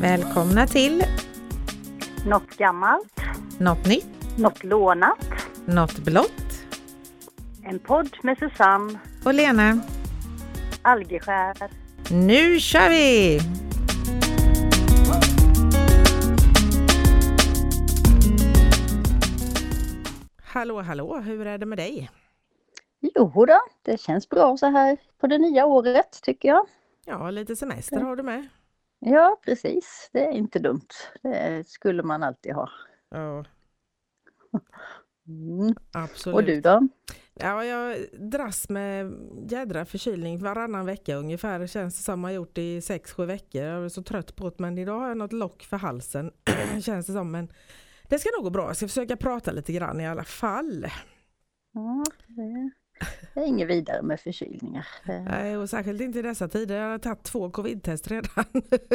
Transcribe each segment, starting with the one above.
Välkomna till Något gammalt, Något nytt, något lånat, Något blått en podd med Susanne och Lena. Algeskär. Nu kör vi! Hallå, hur är det med dig? Jo då, det känns bra så här på det nya året tycker jag. Ja, lite semester har du med. Ja, precis. Det är inte dumt. Det skulle man alltid ha. Ja, absolut. Och du då? Ja, jag dras med jädra förkylning varannan vecka ungefär. Det känns det som jag har gjort i 6-7 veckor. Jag är så trött på det, men idag har jag något lock för halsen. Känns det som, men det ska nog gå bra. Jag ska försöka prata lite grann i alla fall. Ja, det är inget vidare med förkylningar. Nej, och särskilt inte i dessa tider. Jag har tagit 2 covid-test redan.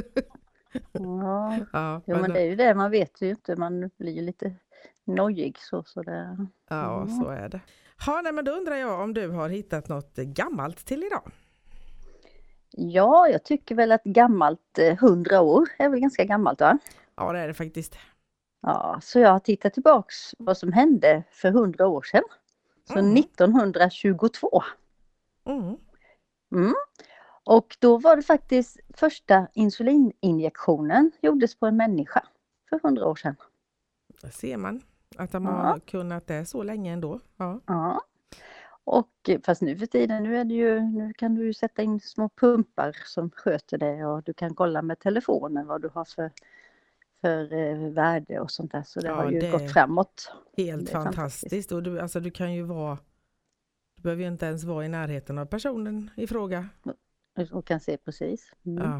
Ja, men det är ju det. Man vet ju inte. Man blir ju lite nojig så det. Ja, så är det. Ja, nej, men då undrar jag om du har hittat något gammalt till idag. Ja, jag tycker väl att gammalt 100 år är väl ganska gammalt, va? Ja, det är det faktiskt. Ja, så jag har tittat tillbaks vad som hände för 100 år sedan. Så 1922. Och då var det faktiskt första insulininjektionen gjordes på en människa för 100 år sedan. Där ser man att de har kunnat det så länge ändå. Ja. Och fast nu för tiden, nu kan du ju sätta in små pumpar som sköter det och du kan kolla med telefonen vad du har för värde och sånt där. Så det har ju gått framåt. Helt fantastiskt. Och du kan ju du behöver ju inte ens vara i närheten av personen i fråga. Och kan se precis.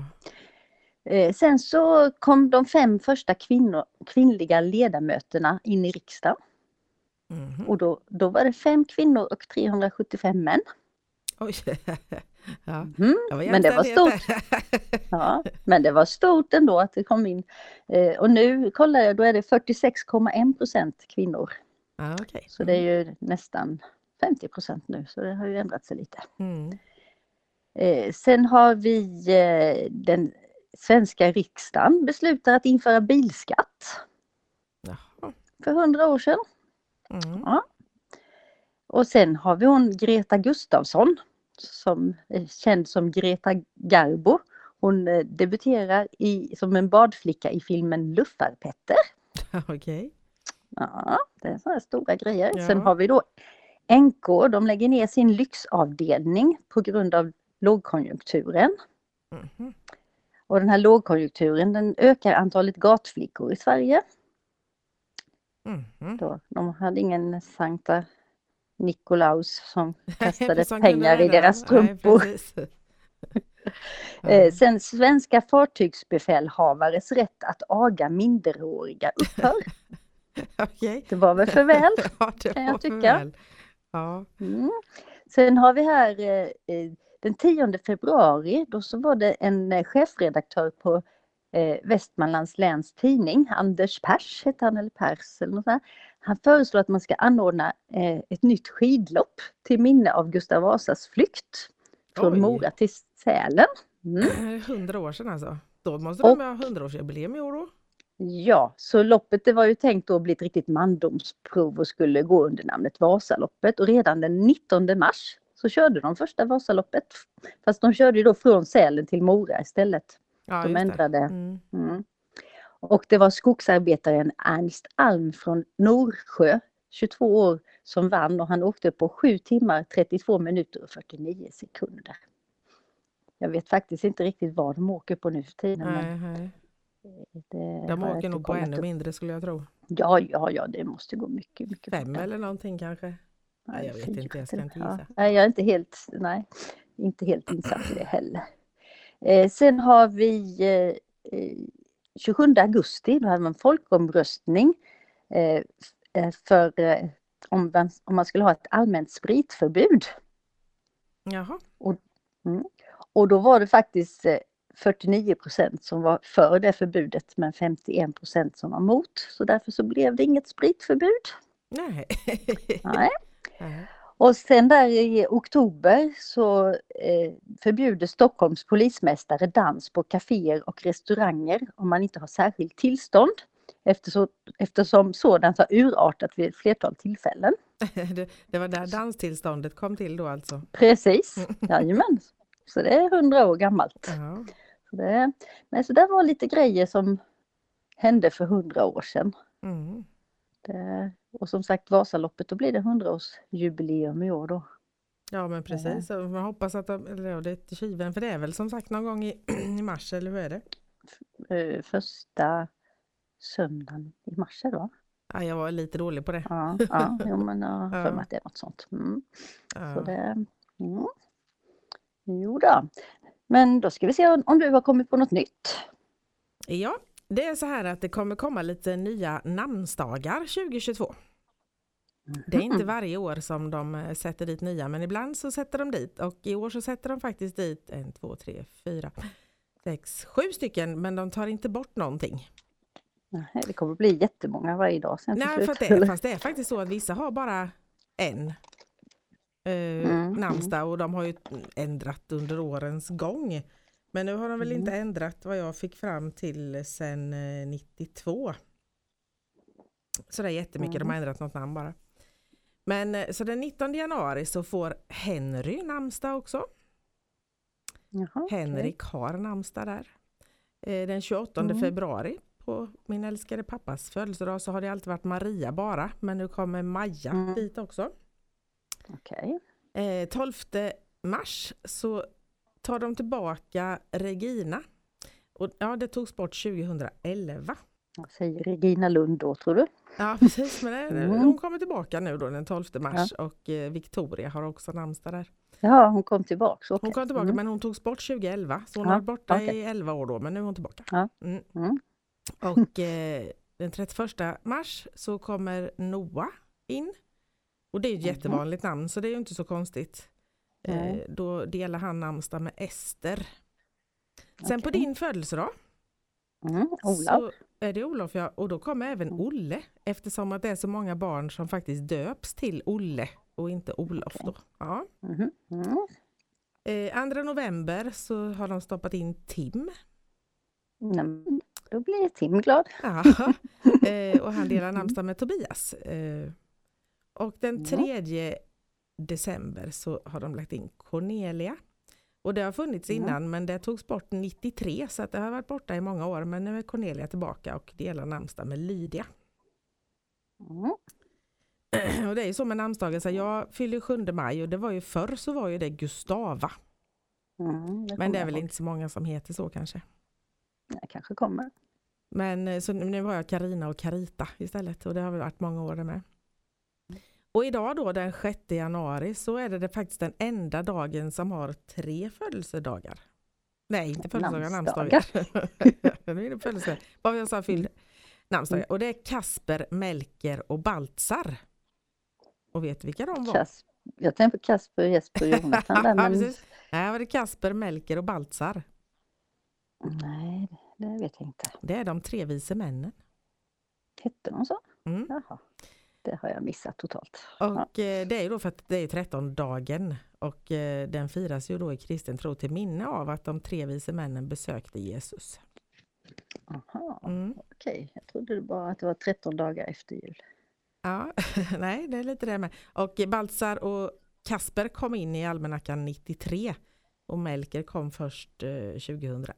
Sen så kom de 5 första kvinnliga ledamöterna in i riksdagen. Och då var det 5 kvinnor och 375 män. Oj, ja. Men det var stort. Ja, men det var stort ändå att det kom in. Och nu kollar jag, då är det 46,1% kvinnor. Okay. Så det är ju nästan 50% nu, så det har ju ändrat sig lite. Sen har vi den svenska riksdagen beslutat att införa bilskatt. Jaha. För 100 år sedan. Ja. Och sen har vi hon Greta Gustafsson som är känd som Greta Garbo. Hon debuterar som en badflicka i filmen Luffarpetter. Okej. Ja, det är sådana stora grejer. Ja. Sen har vi då NK, de lägger ner sin lyxavdelning på grund av lågkonjunkturen. Och den här lågkonjunkturen, den ökar antalet gatflickor i Sverige. Då, de hade ingen Sankta Nikolaus som kastade pengar i deras strumpor. Sen svenska fartygsbefälhavares rätt att aga minderåriga upphör. Okay. Det var väl för väl, kan jag tycka. Ja. Sen har vi här den 10 februari, då så var det en chefredaktör på Västmanlands läns tidning, Anders Pers heter han, eller Pers eller något sånt. Han föreslår att man ska anordna ett nytt skidlopp till minne av Gustav Vasas flykt från Mora till Sälen. 100 år sedan alltså. Då måste de ha 100-årsjubileum i år då? Ja, så loppet det var ju tänkt att bli ett riktigt mandomsprov och skulle gå under namnet Vasaloppet. Och redan den 19 mars så körde de första Vasaloppet. Fast de körde ju då från Sälen till Mora istället. Ja, de ändrade. Och det var skogsarbetaren Ernst Alm från Norsjö, 22 år, som vann. Och han åkte på 7 timmar, 32 minuter och 49 sekunder. Jag vet faktiskt inte riktigt vad de åker på nu för tiden. Nej. De åker nog på ännu mindre skulle jag tro. Ja, det måste gå mycket 5 eller någonting kanske. Nej, jag vet inte, jag ska inte gissa. Nej, jag är inte helt insatt i det heller. Sen har vi 27 augusti, då hade man folkomröstning för om man skulle ha ett allmänt spritförbud. Jaha. Och då var det faktiskt 49% som var för det förbudet, men 51% som var emot. Så därför så blev det inget spritförbud. Nej. Och sen där i oktober så förbjuder Stockholms polismästare dans på kaféer och restauranger om man inte har särskilt tillstånd. Eftersom sådant har urartat vid ett flertal tillfällen. Det var där danstillståndet kom till då alltså? Precis, jajamän. Så det är 100 år gammalt. Ja. Så det var lite grejer som hände för 100 år sedan. Mm. Och som sagt Vasaloppet, då blir det 100-årsjubileum i år då. Ja men precis, så man hoppas att det är kiven, för det är väl som sagt någon gång i mars, eller hur är det? Första söndagen i mars då. Ja, jag var lite dålig på det. Ja, jo, men för mig att det är något sånt. Ja. Så det, Jo då. Men då ska vi se om du har kommit på något nytt. Ja, det är så här att det kommer komma lite nya namnsdagar 2022. Det är inte varje år som de sätter dit nya, men ibland så sätter de dit. Och i år så sätter de faktiskt dit 1, 2, 3, 4, 6, 7 stycken, men de tar inte bort någonting. Nej, det kommer bli jättemånga varje dag sen. Nej, fast det är faktiskt så att vissa har bara en namnsdag, och de har ju ändrat under årens gång. Men nu har de väl inte ändrat vad jag fick fram till sen 92. Så det är jättemycket, de har ändrat något namn bara. Men så den 19 januari så får Henry namnsdag också. Jaha, Henrik har namnsdag där. Den 28 februari på min älskade pappas födelsedag så har det alltid varit Maria bara. Men nu kommer Maja dit också. Okej. 12 mars så tar de tillbaka Regina. Och ja, det togs bort 2011. Vad säger Regina Lund då, tror du? Ja, precis. Men hon kommer tillbaka nu då den 12 mars. Ja. Och Victoria har också namnsdag där. Ja, hon kom tillbaka. Okay. Hon kom tillbaka, men hon togs bort 2011. Så hon har varit borta i 11 år då, men nu är hon tillbaka. Ja. Och den 31 mars så kommer Noah in. Och det är ett jättevanligt namn, så det är ju inte så konstigt. Då delar han namnsdag med Ester. Sen på din födelsedag Olof. så är det Olof, ja. Och då kommer även Olle. Eftersom att det är så många barn som faktiskt döps till Olle och inte Olof då. Ja. 2 november så har de stoppat in Tim. Då blir Tim glad. Ja. Och han delar namnsdag med Tobias. Och den 3 december så har de lagt in Cornelia. Och det har funnits innan, men det togs bort 93, så att det har varit borta i många år. Men nu är Cornelia tillbaka och delar namnsdag med Lydia. Och det är ju så med namnsdagen, så jag fyller 7 maj och det var ju förr så var ju det Gustava. Men det är väl inte så många som heter så kanske. Nej, kanske kommer. Men så nu har jag Karina och Carita istället, och det har väl varit många år med. Och idag då den 6 januari så är det faktiskt den enda dagen som har 3 födelsedagar. Nej, inte födelsedagar, namnsdagar. Nu är det födelsedagar. Vad jag sa, fyllde namnsdagar. Och det är Kasper, Melker och Baltzar. Och vet du vilka de var? Jag tänkte på Kasper, Jesper och Jonathan. Där, men... precis. Nej, var det Kasper, Melker och Baltzar? Nej, det vet jag inte. Det är de 3 vise männen. Hette de så? Jaha. Det har jag missat totalt. Och det är ju då för att det är 13-dagen. Och den firas ju då i kristen tro till minne av att de 3 vise männen besökte Jesus. Aha, okej. Jag trodde bara att det var 13 dagar efter jul. Ja, nej, det är lite det med. Och Baltzar och Kasper kom in i almanackan 93. Och Melker kom först 2001.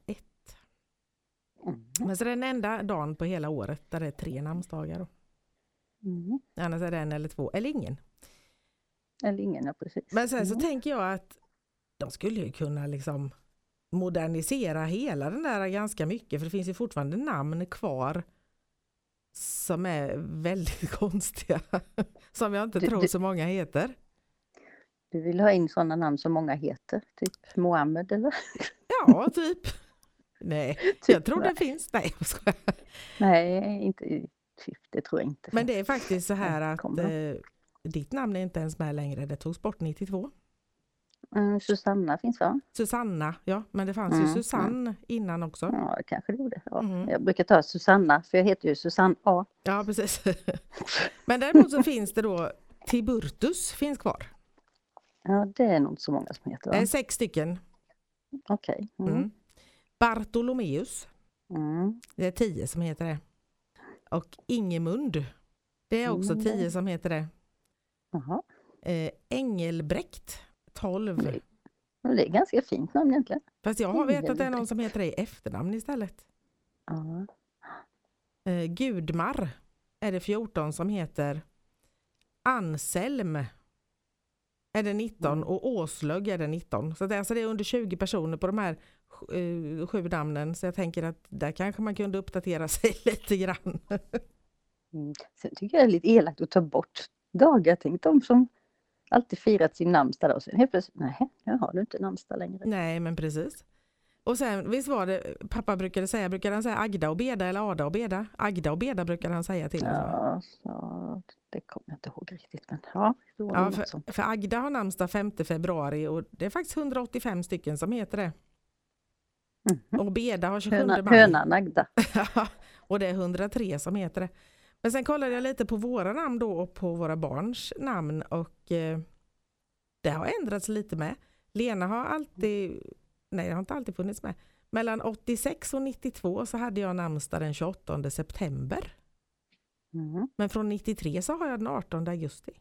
Men så är det den enda dagen på hela året där det är 3 namnsdagar då. Annars är det 1 eller 2 eller ingen. Eller ingen, ja, precis. Men sen så tänker jag att de skulle ju kunna liksom modernisera hela den där ganska mycket, för det finns ju fortfarande namn kvar som är väldigt konstiga som jag inte tror så många heter. Du vill ha in sådana namn som många heter, typ Mohammed eller? Ja, typ. Nej, typ, jag tror det finns. Nej, jag skojar. Nej, inte det tror jag inte. Men det är faktiskt så här att ditt namn är inte ens med längre. Det togs bort 92. Susanna finns, va? Susanna, ja. Men det fanns ju Susanne innan också. Ja, kanske det gjorde. Ja. Jag brukar ta Susanna, för jag heter ju Susanne A. Ja, precis. Men däremot så finns det då Tiburtus finns kvar. Ja, det är nog inte så många som heter, va? 6 stycken. Okej. Mm. Bartolomeus. Mm. Det är 10 som heter det. Och Ingemund. Det är också 10 som heter det. Jaha. Engelbrekt. 12. Det är ganska fint namn egentligen. Fast jag har vetat att det är någon som heter det i efternamn istället. Ja. Gudmar är det 14 som heter. Anselm är det 19 och Åslög är det 19. Så det är under 20 personer på de här 7 namnen. Så jag tänker att där kanske man kunde uppdatera sig lite grann. Sen tycker jag det är lite elakt att ta bort dagar. Tänk de som alltid firat sin namnsdag och sen helt plötsligt, nej, nu har du inte namnsdag längre. Nej, men precis. Och sen, visst var det, pappa brukade han säga Agda och Beda eller Ada och Beda? Agda och Beda brukade han säga till. Ja, det kommer jag inte ihåg riktigt. Men ja, för Agda har namnsdag 5 februari och det är faktiskt 185 stycken som heter det. Mm-hmm. Och Beda har 27 maj. Hönan Agda. Och det är 103 som heter det. Men sen kollade jag lite på våra namn då och på våra barns namn och det har ändrats lite med. Lena har det har inte alltid funnits med. Mellan 86 och 92 så hade jag namnsdag den 28 september. Men från 93 så har jag den 18 augusti.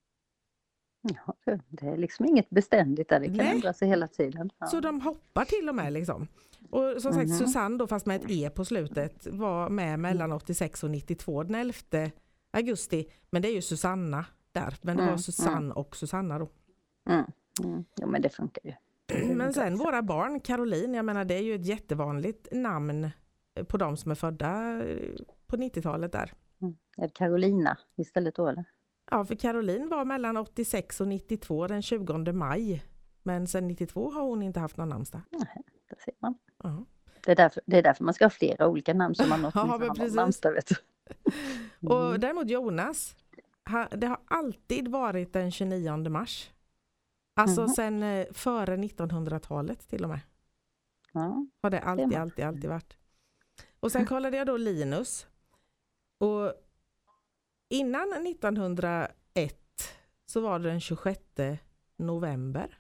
Ja, det är liksom inget beständigt där. Det kan ändra sig hela tiden. Ja. Så de hoppar till och med liksom. Och som sagt, Susanne då, fast med ett E på slutet, var med mellan 86 och 92 den 11 augusti. Men det är ju Susanna där. Men det var Susanne och Susanna då. Ja, men det funkar ju. Men sen våra barn, Caroline, jag menar det är ju ett jättevanligt namn på de som är födda på 90-talet där. Är det Carolina istället då eller? Ja, för Caroline var mellan 86 och 92 den 20 maj. Men sen 92 har hon inte haft någon namnsdag. Nej, det ser man. Uh-huh. Det är därför man ska ha flera olika namn som man har någon namnsdag, vet du. Och däremot Jonas, det har alltid varit den 29 mars. Alltså sen före 1900-talet till och med. Ja, har det alltid varit. Och sen kollade jag då Linus. Och innan 1901 så var det den 26 november.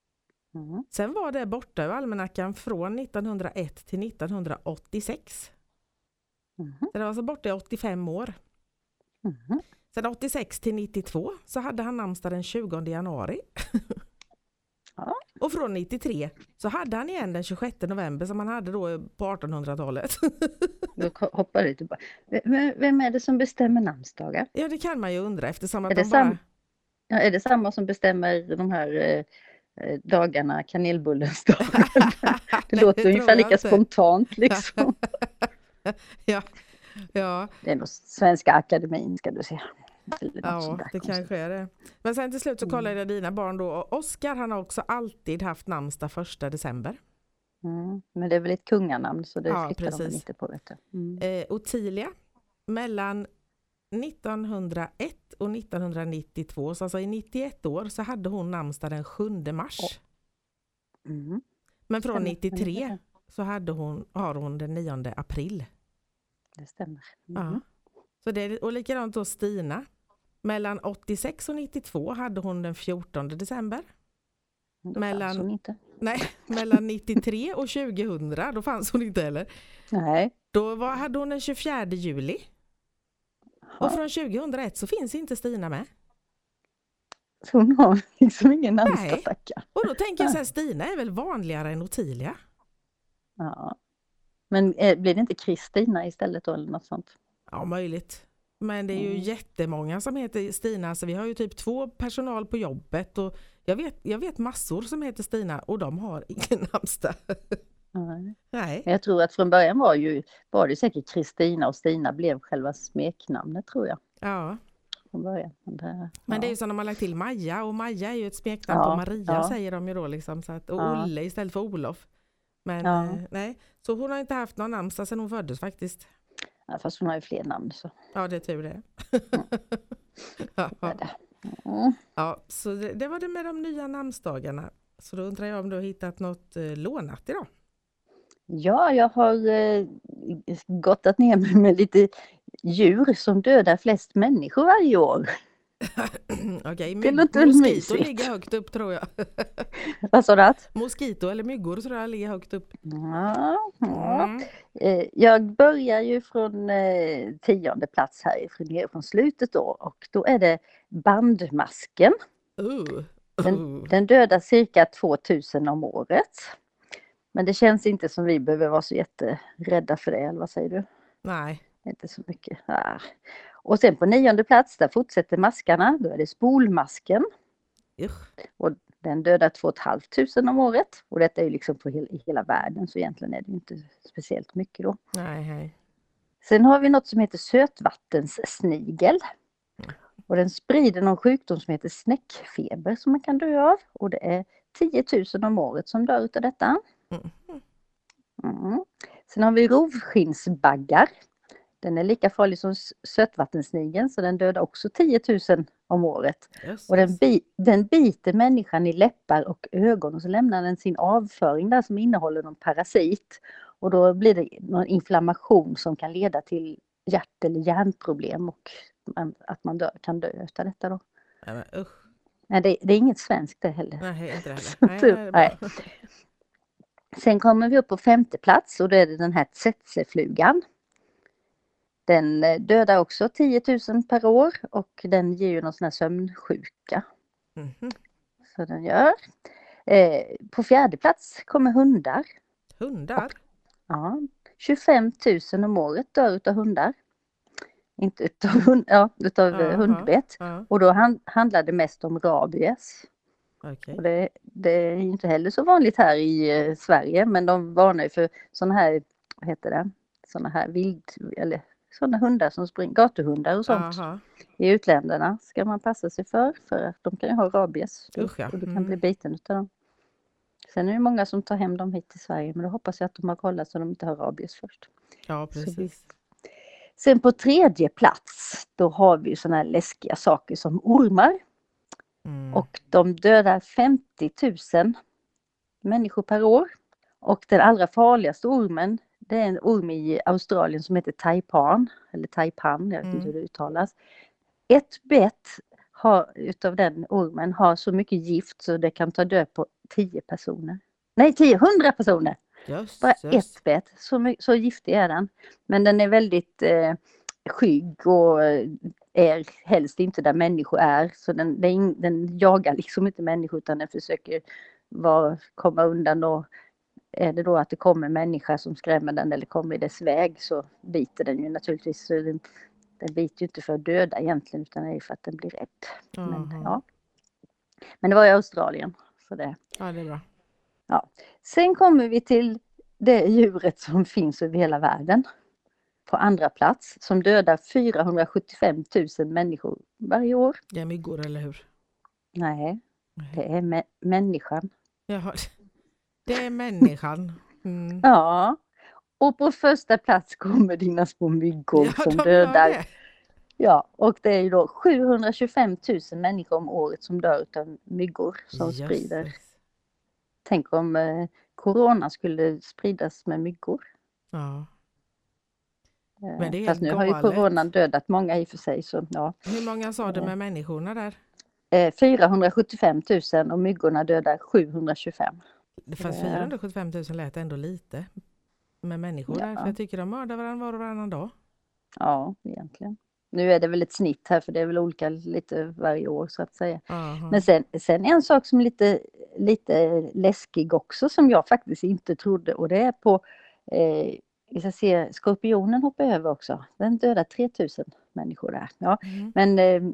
Sen var det borta ur almanackan från 1901 till 1986. Så det var alltså borta i 85 år. Sen 86 till 92 så hade han namnsdag den 20 januari. Och från 93 så hade han igen den 26 november som han hade då på 1800-talet. Då hoppar det tillbaka. Vem är det som bestämmer namnsdagar? Ja, det kan man ju undra eftersom att är det samma som bestämmer de här dagarna, kanelbullens dagar? Det låter ungefär lika spontant liksom. Ja. Det är nog Svenska Akademin, ska du se. Ja, det kanske är det. Men sen till slut så kollade jag dina barn då. Och Oskar, han har också alltid haft namnsdag 1 december. Men det är väl ett kunganamn så det flyttar de inte på. Vet du. Ottilia, mellan 1901 och 1992, så alltså i 91 år så hade hon namnsdag den 7 mars. Men från 93 så har hon den 9 april. Det stämmer. Ja. Så och likadant då Stina. Mellan 86 och 92 hade hon den 14 december. Mellan 93 och 2000, då fanns hon inte heller. Nej. Då hade hon den 24 juli. Och från 2001 så finns inte Stina med. Så hon har liksom ingen namnsdag, tackar. Och då tänker jag så här, Stina är väl vanligare än Ottilia? Ja. Men blir det inte Kristina istället då eller något sånt? Ja, möjligt. Men det är ju jättemånga som heter Stina. Så vi har ju typ 2 personal på jobbet. Och jag vet massor som heter Stina och de har ingen namnsdag. Nej. Jag tror att från början var det säkert Kristina och Stina blev själva smeknamnet, tror jag. Ja. Från början. Men det är ju som de har lagt till Maja. Och Maja är ju ett smeknamn på Maria, säger de ju då. Liksom, så att, och Olle istället för Olof. Men nej. Så hon har inte haft någon namnsdag sedan hon föddes faktiskt. Ja, fast hon har ju fler namn så. Ja, det är tur det. Ja, så det var det med de nya namnsdagarna. Så då undrar jag om du har hittat något lånat idag? Ja, jag har gottat ner mig med lite djur som dödar flest människor varje år. Okej, Det låter moskito mysigt. ligger högt upp tror jag. Vad sa du? Moskito eller myggor tror jag ligger högt upp. Ja. Mm. Jag börjar ju från 10:e plats här från slutet då, och då är det bandmasken. Den dödar cirka 2000 om året. Men det känns inte som vi behöver vara så jätterädda för det, eller vad säger du? Nej. Inte så mycket. Ja. Och sen på 9:e plats, där fortsätter maskarna. Då är det spolmasken. Och den dödar 2 500 om året. Och detta är ju liksom i hela världen, så egentligen är det inte speciellt mycket då. Nej. Sen har vi något som heter sötvattenssnigel. Och den sprider någon sjukdom som heter snäckfeber som man kan dö av. Och det är 10 000 om året som dör utav detta. Sen har vi rovskinnsbaggar. Den är lika farlig som sötvattensnigeln, så den dödar också 10 000 om året. Just. Och den biter människan i läppar och ögon, och så lämnar den sin avföring där som innehåller någon parasit. Och då blir det någon inflammation som kan leda till hjärt- eller hjärnproblem, och att man kan dö av detta då. Nej, det är inget svenskt det heller. Nej, inte heller. Nej. Sen kommer vi upp på 5:e plats, och då är det den här tsetseflugan. Den dödar också 10 000 per år, och den ger ju någon sån här sömnsjuka. Så den gör. På 4:e plats kommer hundar. Hundar? Ja, 25 000 om året dör utav hundar. Inte utav hundbett. Och då handlar det mest om rabies. Okay. Och det är inte heller så vanligt här i Sverige, men de varnar ju för såna här, vad heter det? Såna här eller sådana hundar som springer, gatuhundar och sånt. I utländerna ska man passa sig för att de kan ju ha rabies. Och du kan bli biten utav dem. Sen är det många som tar hem dem hit till Sverige, men då hoppas jag att de har kollat så de inte har rabies först. Ja, precis. Sen på 3:e plats, då har vi såna här läskiga saker som ormar. Och de dödar 50 000 människor per år. Och den allra farligaste ormen, det är en orm i Australien som heter taipan, eller taipan, jag vet inte hur det uttalas. Ett bett utav den ormen har så mycket gift så det kan ta död på 10 personer. Nej, 100 personer! Bara ett bett, så giftig är den. Men den är väldigt skygg och är helst inte där människor är. Så den jagar liksom inte människor, utan den försöker komma undan, och är det då att det kommer människa som skrämmer den eller kommer i dess väg, så biter den ju naturligtvis. Så den biter ju inte för att döda egentligen, utan det är för att den blir rädd. Men det var i Australien. Så det. Ja, det är bra. Ja. Sen kommer vi till det djuret som finns över hela världen. På 2:a plats, som dödar 475 000 människor varje år. Det är myggor, eller hur? Nej, det är människan. Jaha. Det är människan. Ja, och på 1:a plats kommer dina små myggor som dödar. Ja, och det är ju då 725 000 människor om året som dör av myggor som sprider. Tänk om corona skulle spridas med myggor. Ja. Men det är fast nu galet. Har ju coronan dödat många i och för sig. Så, ja. Hur många sa du med människorna där? 475 000 och myggorna dödar 725. Fast 475 000 lät ändå lite med människor där. För jag tycker de mördar varandra var och varannan dag. Ja, egentligen. Nu är det väl ett snitt här, för det är väl olika lite varje år så att säga. Men sen en sak som är lite läskig också, som jag faktiskt inte trodde, och det är på vi ska se, skorpionen hoppar över också. Den dödar 3000 människor där. Ja. Men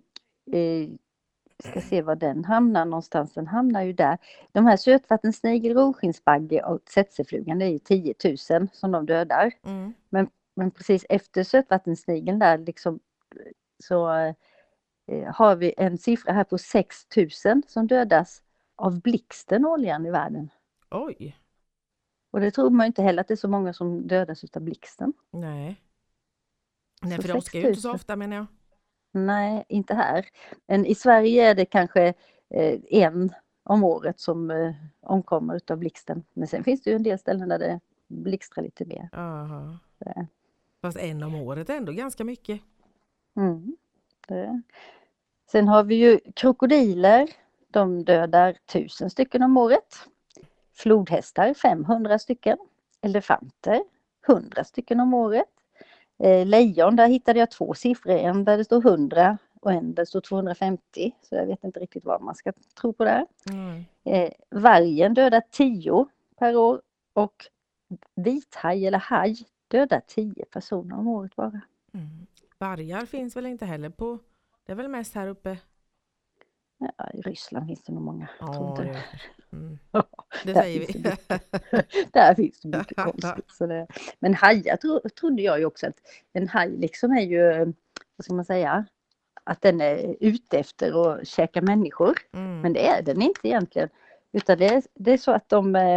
ska se var den hamnar någonstans. Den hamnar ju där. De här sötvattensnigel, rovskinnsbagge och tsetseflugan, det är ju 10 000 som de dödar. Men precis efter sötvattensnigeln där liksom, så har vi en siffra här på 6 000 som dödas av blixten årligen i världen. Oj! Och det tror man inte heller, att det är så många som dödas av blixten. Nej, för det ska ju inte så ofta, menar jag. Nej, inte här. Men i Sverige är det kanske en om året som omkommer utav blixten. Men sen finns det ju en del ställen där det blixtrar lite mer. Aha. Fast en om året är ändå ganska mycket. Det. Sen har vi ju krokodiler. De dödar 1000 stycken om året. Flodhästar 500 stycken. Elefanter 100 stycken om året. Lejon, där hittade jag 2 siffror. En där det står 100 och en där det står 250. Så jag vet inte riktigt vad man ska tro på där. Vargen dödar 10 per år. Och vithaj eller haj dödar 10 personer om året bara. Vargar finns väl inte heller på... Det är väl mest här uppe? Ja, i Ryssland finns det nog många. Ja, det Där säger finns vi. Där finns det mycket konstigt. Så det. Men hajar trodde jag ju också att en haj liksom är ju, vad ska man säga, att den är ute efter att käka människor. Men det är den inte egentligen. Utan det är så att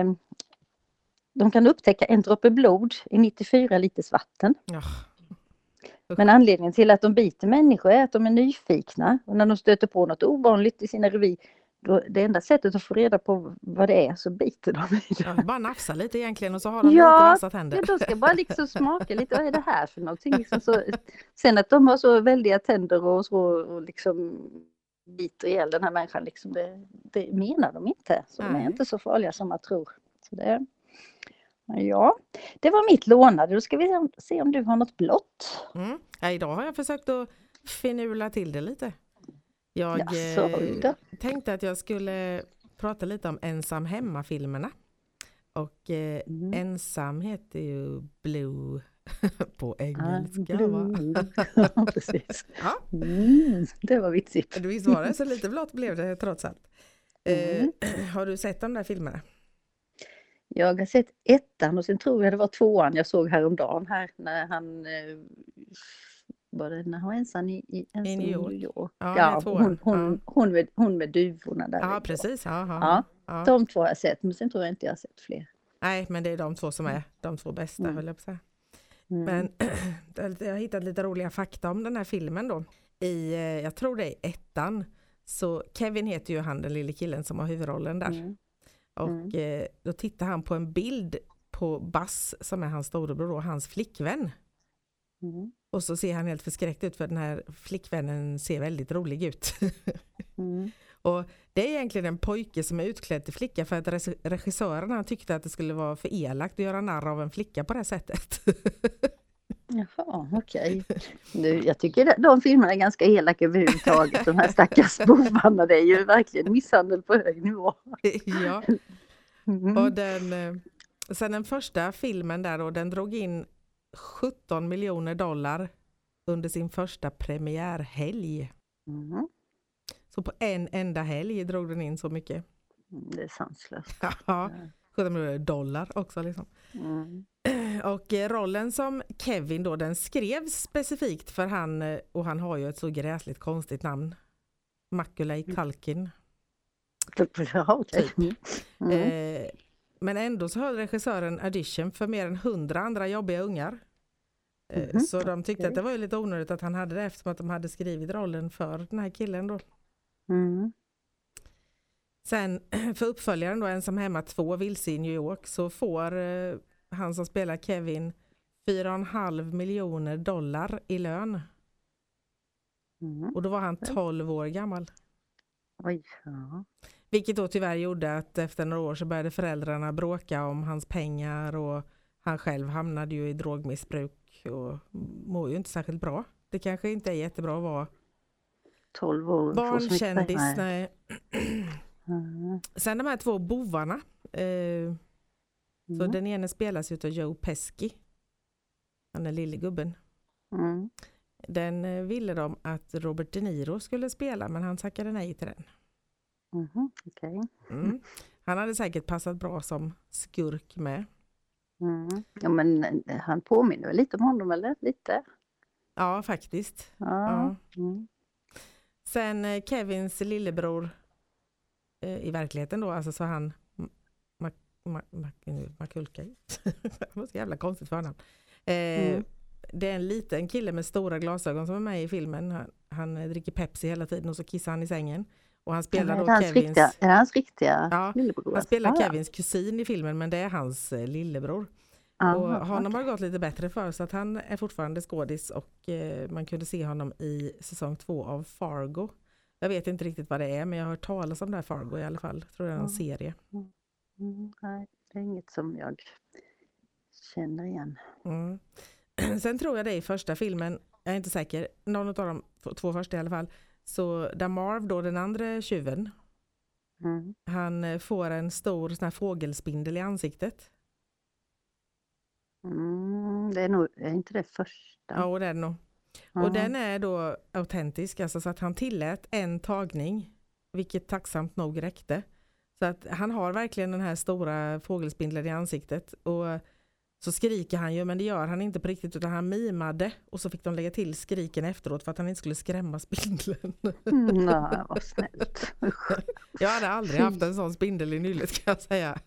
de kan upptäcka en droppe blod i 94 liters vatten. Ja. Men anledningen till att de biter människor är att de är nyfikna. Och när de stöter på något ovanligt i sina revir, då det enda sättet att få reda på vad det är så biter de i det. Ja, bara nafsa lite egentligen och så har de lite vassa tänder. Ja, de ska bara liksom smaka lite. Vad är det här för någonting? Liksom så, sen att de har så väldiga tänder och så och liksom biter ihjäl den här människan. Liksom, det menar de inte. Så de är inte så farliga som man tror. Så det, ja, det var mitt lånade. Då ska vi se om du har något blått. Ja, idag har jag försökt att finula till det lite. Jag tänkte att jag skulle prata lite om ensam hemma-filmerna. Och ensam heter ju Blue på engelska. Ja, precis. Ja. Det var vitsigt. Du visst var det, så lite blått blev det trots allt. Har du sett de där filmerna? Jag har sett 1:an och sen tror jag det var 2:an jag såg häromdagen här när han när han var ensam i New York. Ja, hon med duvorna där. Ja, precis. Ja. De 2 har jag sett, men sen tror jag inte jag har sett fler. Nej, men det är de 2 som är de 2 bästa, höll jag på att säga. Men jag har hittat lite roliga fakta om den här filmen då. Jag tror det är 1:an. Så Kevin heter ju han, den lille killen som har huvudrollen där. Och då tittar han på en bild på Buzz som är hans storebror och hans flickvän. Och så ser han helt förskräckt ut för den här flickvännen ser väldigt rolig ut. Och det är egentligen en pojke som är utklädd till flicka för att regissören han tyckte att det skulle vara för elakt att göra narr av en flicka på det här sättet. Jaha, okej. Jag tycker de filmerna är ganska elaka överhuvudtaget. De här stackars bovarna, det är ju verkligen misshandel på hög nivå. Ja. Och sen den första filmen där då, den drog in $17 miljoner under sin första premiärhelg. Så på en enda helg drog den in så mycket. Det är sanslöst. Ja, $17 miljoner också liksom. Och rollen som Kevin då, den skrevs specifikt för han har ju ett så gräsligt konstigt namn. Macaulay Culkin. Typ. Men ändå så höll regissören audition för mer än 100 andra jobbiga ungar. Så de tyckte att det var ju lite onödigt att han hade det eftersom att de hade skrivit rollen för den här killen då. Sen för uppföljaren då, Ensam hemma 2, Vilse i New York, så får han som spelar Kevin $4,5 miljoner i lön. Och då var han 12 år gammal. Oj, ja. Vilket då tyvärr gjorde att efter några år så började föräldrarna bråka om hans pengar och han själv hamnade ju i drogmissbruk och mår ju inte särskilt bra. Det kanske inte är jättebra att vara 12 år. Barnkändis. Nej. Sen de här 2 bovarna. Så den ene spelas utav Joe Pesci. Han är lille gubben. Den ville de att Robert De Niro skulle spela, men han tackade nej till den. Okay. Han hade säkert passat bra som skurk med. Ja, men han påminner lite om honom, eller? Lite. Ja, faktiskt. Ja. Sen Kevins lillebror i verkligheten då, alltså så han Makulkaj. Det var så jävla konstigt förnamn. Det är en liten kille med stora glasögon som är med i filmen. Han dricker Pepsi hela tiden och så kissar han i sängen. Och han spelar då Kevins... Är det hans riktiga lillebror? Han spelar Kevins kusin i filmen, men det är hans lillebror. Och honom har gått lite bättre för, så att han är fortfarande skådis och man kunde se honom i säsong 2 av Fargo. Jag vet inte riktigt vad det är, men jag har hört talas om det här Fargo i alla fall. Jag tror det är en serie. Nej, det är inget som jag känner igen. Sen tror jag det är i första filmen, jag är inte säker, någon av de 2 första i alla fall, så där Marv då, den andra tjuven, han får en stor sån här fågelspindel i ansiktet. Det är nog, är inte det första? Ja, det är det nog. Och den är då autentisk, alltså så att han tillät en tagning, vilket tacksamt nog räckte. Så att han har verkligen den här stora fågelspindeln i ansiktet, och så skriker han ju, men det gör han inte på riktigt, utan han mimade, och så fick de lägga till skriken efteråt för att han inte skulle skrämma spindeln. Nej, vad snällt. Jag hade aldrig haft en sån spindel i nyllet, kan jag säga.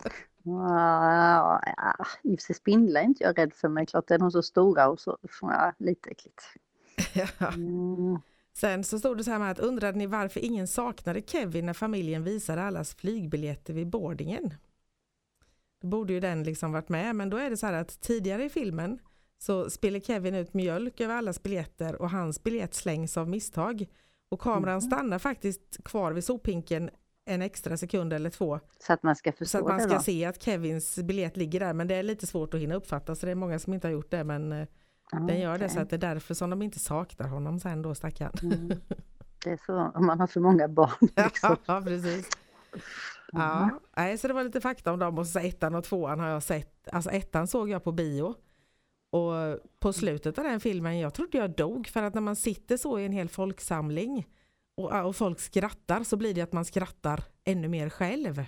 I och för sig spindlar är inte jag rädd för, men klart är de så stora och så lite äckligt. Ja. Sen så stod det så här med att undrade ni varför ingen saknade Kevin när familjen visade allas flygbiljetter vid boardingen? Då borde ju den liksom varit med, men då är det så här att tidigare i filmen så spelar Kevin ut mjölk över allas biljetter och hans biljett slängs av misstag. Och kameran stannar faktiskt kvar vid sophinken en extra sekund eller 2. Så att man ska förstå, så att man ska se att Kevins biljett ligger där, men det är lite svårt att hinna uppfatta, så det är många som inte har gjort det, men den gör det, så att det är därför som de inte saknar honom sen då, stackarn. Det är så, om man har för många barn. Liksom. Ja, precis. Ja, nej, så det var lite fakta om dem, och så 1:an och 2:an har jag sett. Alltså 1:an såg jag på bio, och på slutet av den filmen, jag trodde jag dog, för att när man sitter så i en hel folksamling och folk skrattar, så blir det att man skrattar ännu mer själv.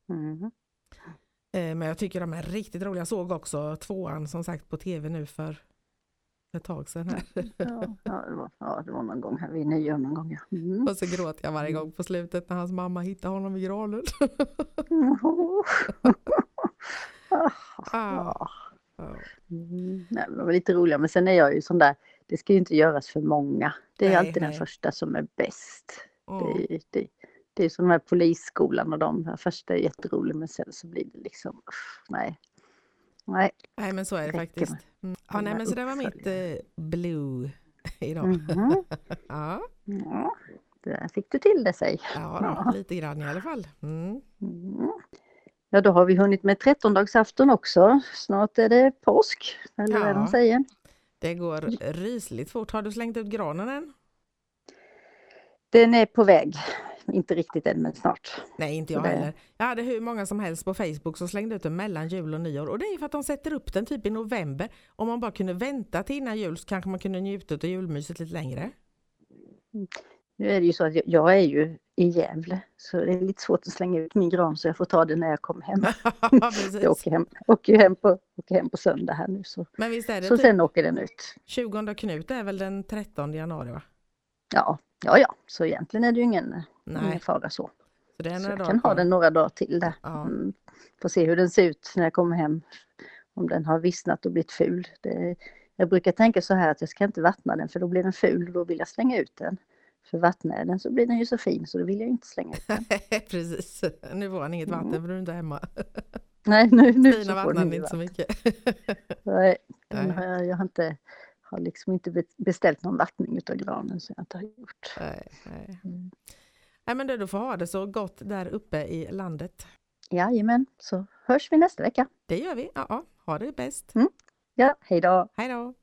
Men jag tycker de är riktigt roliga. Jag såg också 2:an som sagt på tv nu för ett tag sedan här. Det var någon gång här vid 9 någon gång. Och så gråter jag varje gång på slutet när hans mamma hittar honom i granen. Nej, det var lite roligt, men sen är jag ju sån där, det ska ju inte göras för många. Det är alltid den första som är bäst. Det är som den här polisskolan, och de här första är jätteroliga, men sen så blir det liksom, nej, men så är det faktiskt. Ja, nej, men så det var mitt blue idag. Ja, där fick du till det, sig. Ja, lite grann i alla fall. Ja, då har vi hunnit med 13-dagsafton också. Snart är det påsk, eller vad de säger. Det går rysligt fort. Har du slängt ut granen än? Den är på väg. Inte riktigt än, men snart. Nej, inte jag heller. Jag hade hur många som helst på Facebook som slängde ut den mellan jul och nyår. Och det är för att de sätter upp den typ i november. Om man bara kunde vänta till innan jul, så kanske man kunde njuta av julmyset lite längre. Nu är det ju så att jag är ju i Gävle, så det är lite svårt att slänga ut min gran, så jag får ta det när jag kommer hem. Jag åker hem på söndag här nu, så, men visst är det så typ sen åker den ut. 20 Knut är väl den 13 januari, va? Ja, så egentligen är det ju ingen fara så. Så, det är så jag kan ha den några dagar till där. Får se hur den ser ut när jag kommer hem, om den har vissnat och blivit ful. Jag brukar tänka så här att jag ska inte vattna den, för då blir den ful och då vill jag slänga ut den. För vattnar den så blir den ju så fin, så då vill jag inte slänga ut den. Precis, nu var han inget vatten för du är inte hemma. Nej, nu Stina vattnar inte så mycket. Nej, jag har liksom inte beställt någon vattning utav granen, så jag inte har gjort. Nej, men du får ha det så gott där uppe i landet. Jajamän, så hörs vi nästa vecka. Det gör vi, ha det bäst. Ja, hej då. Hej då.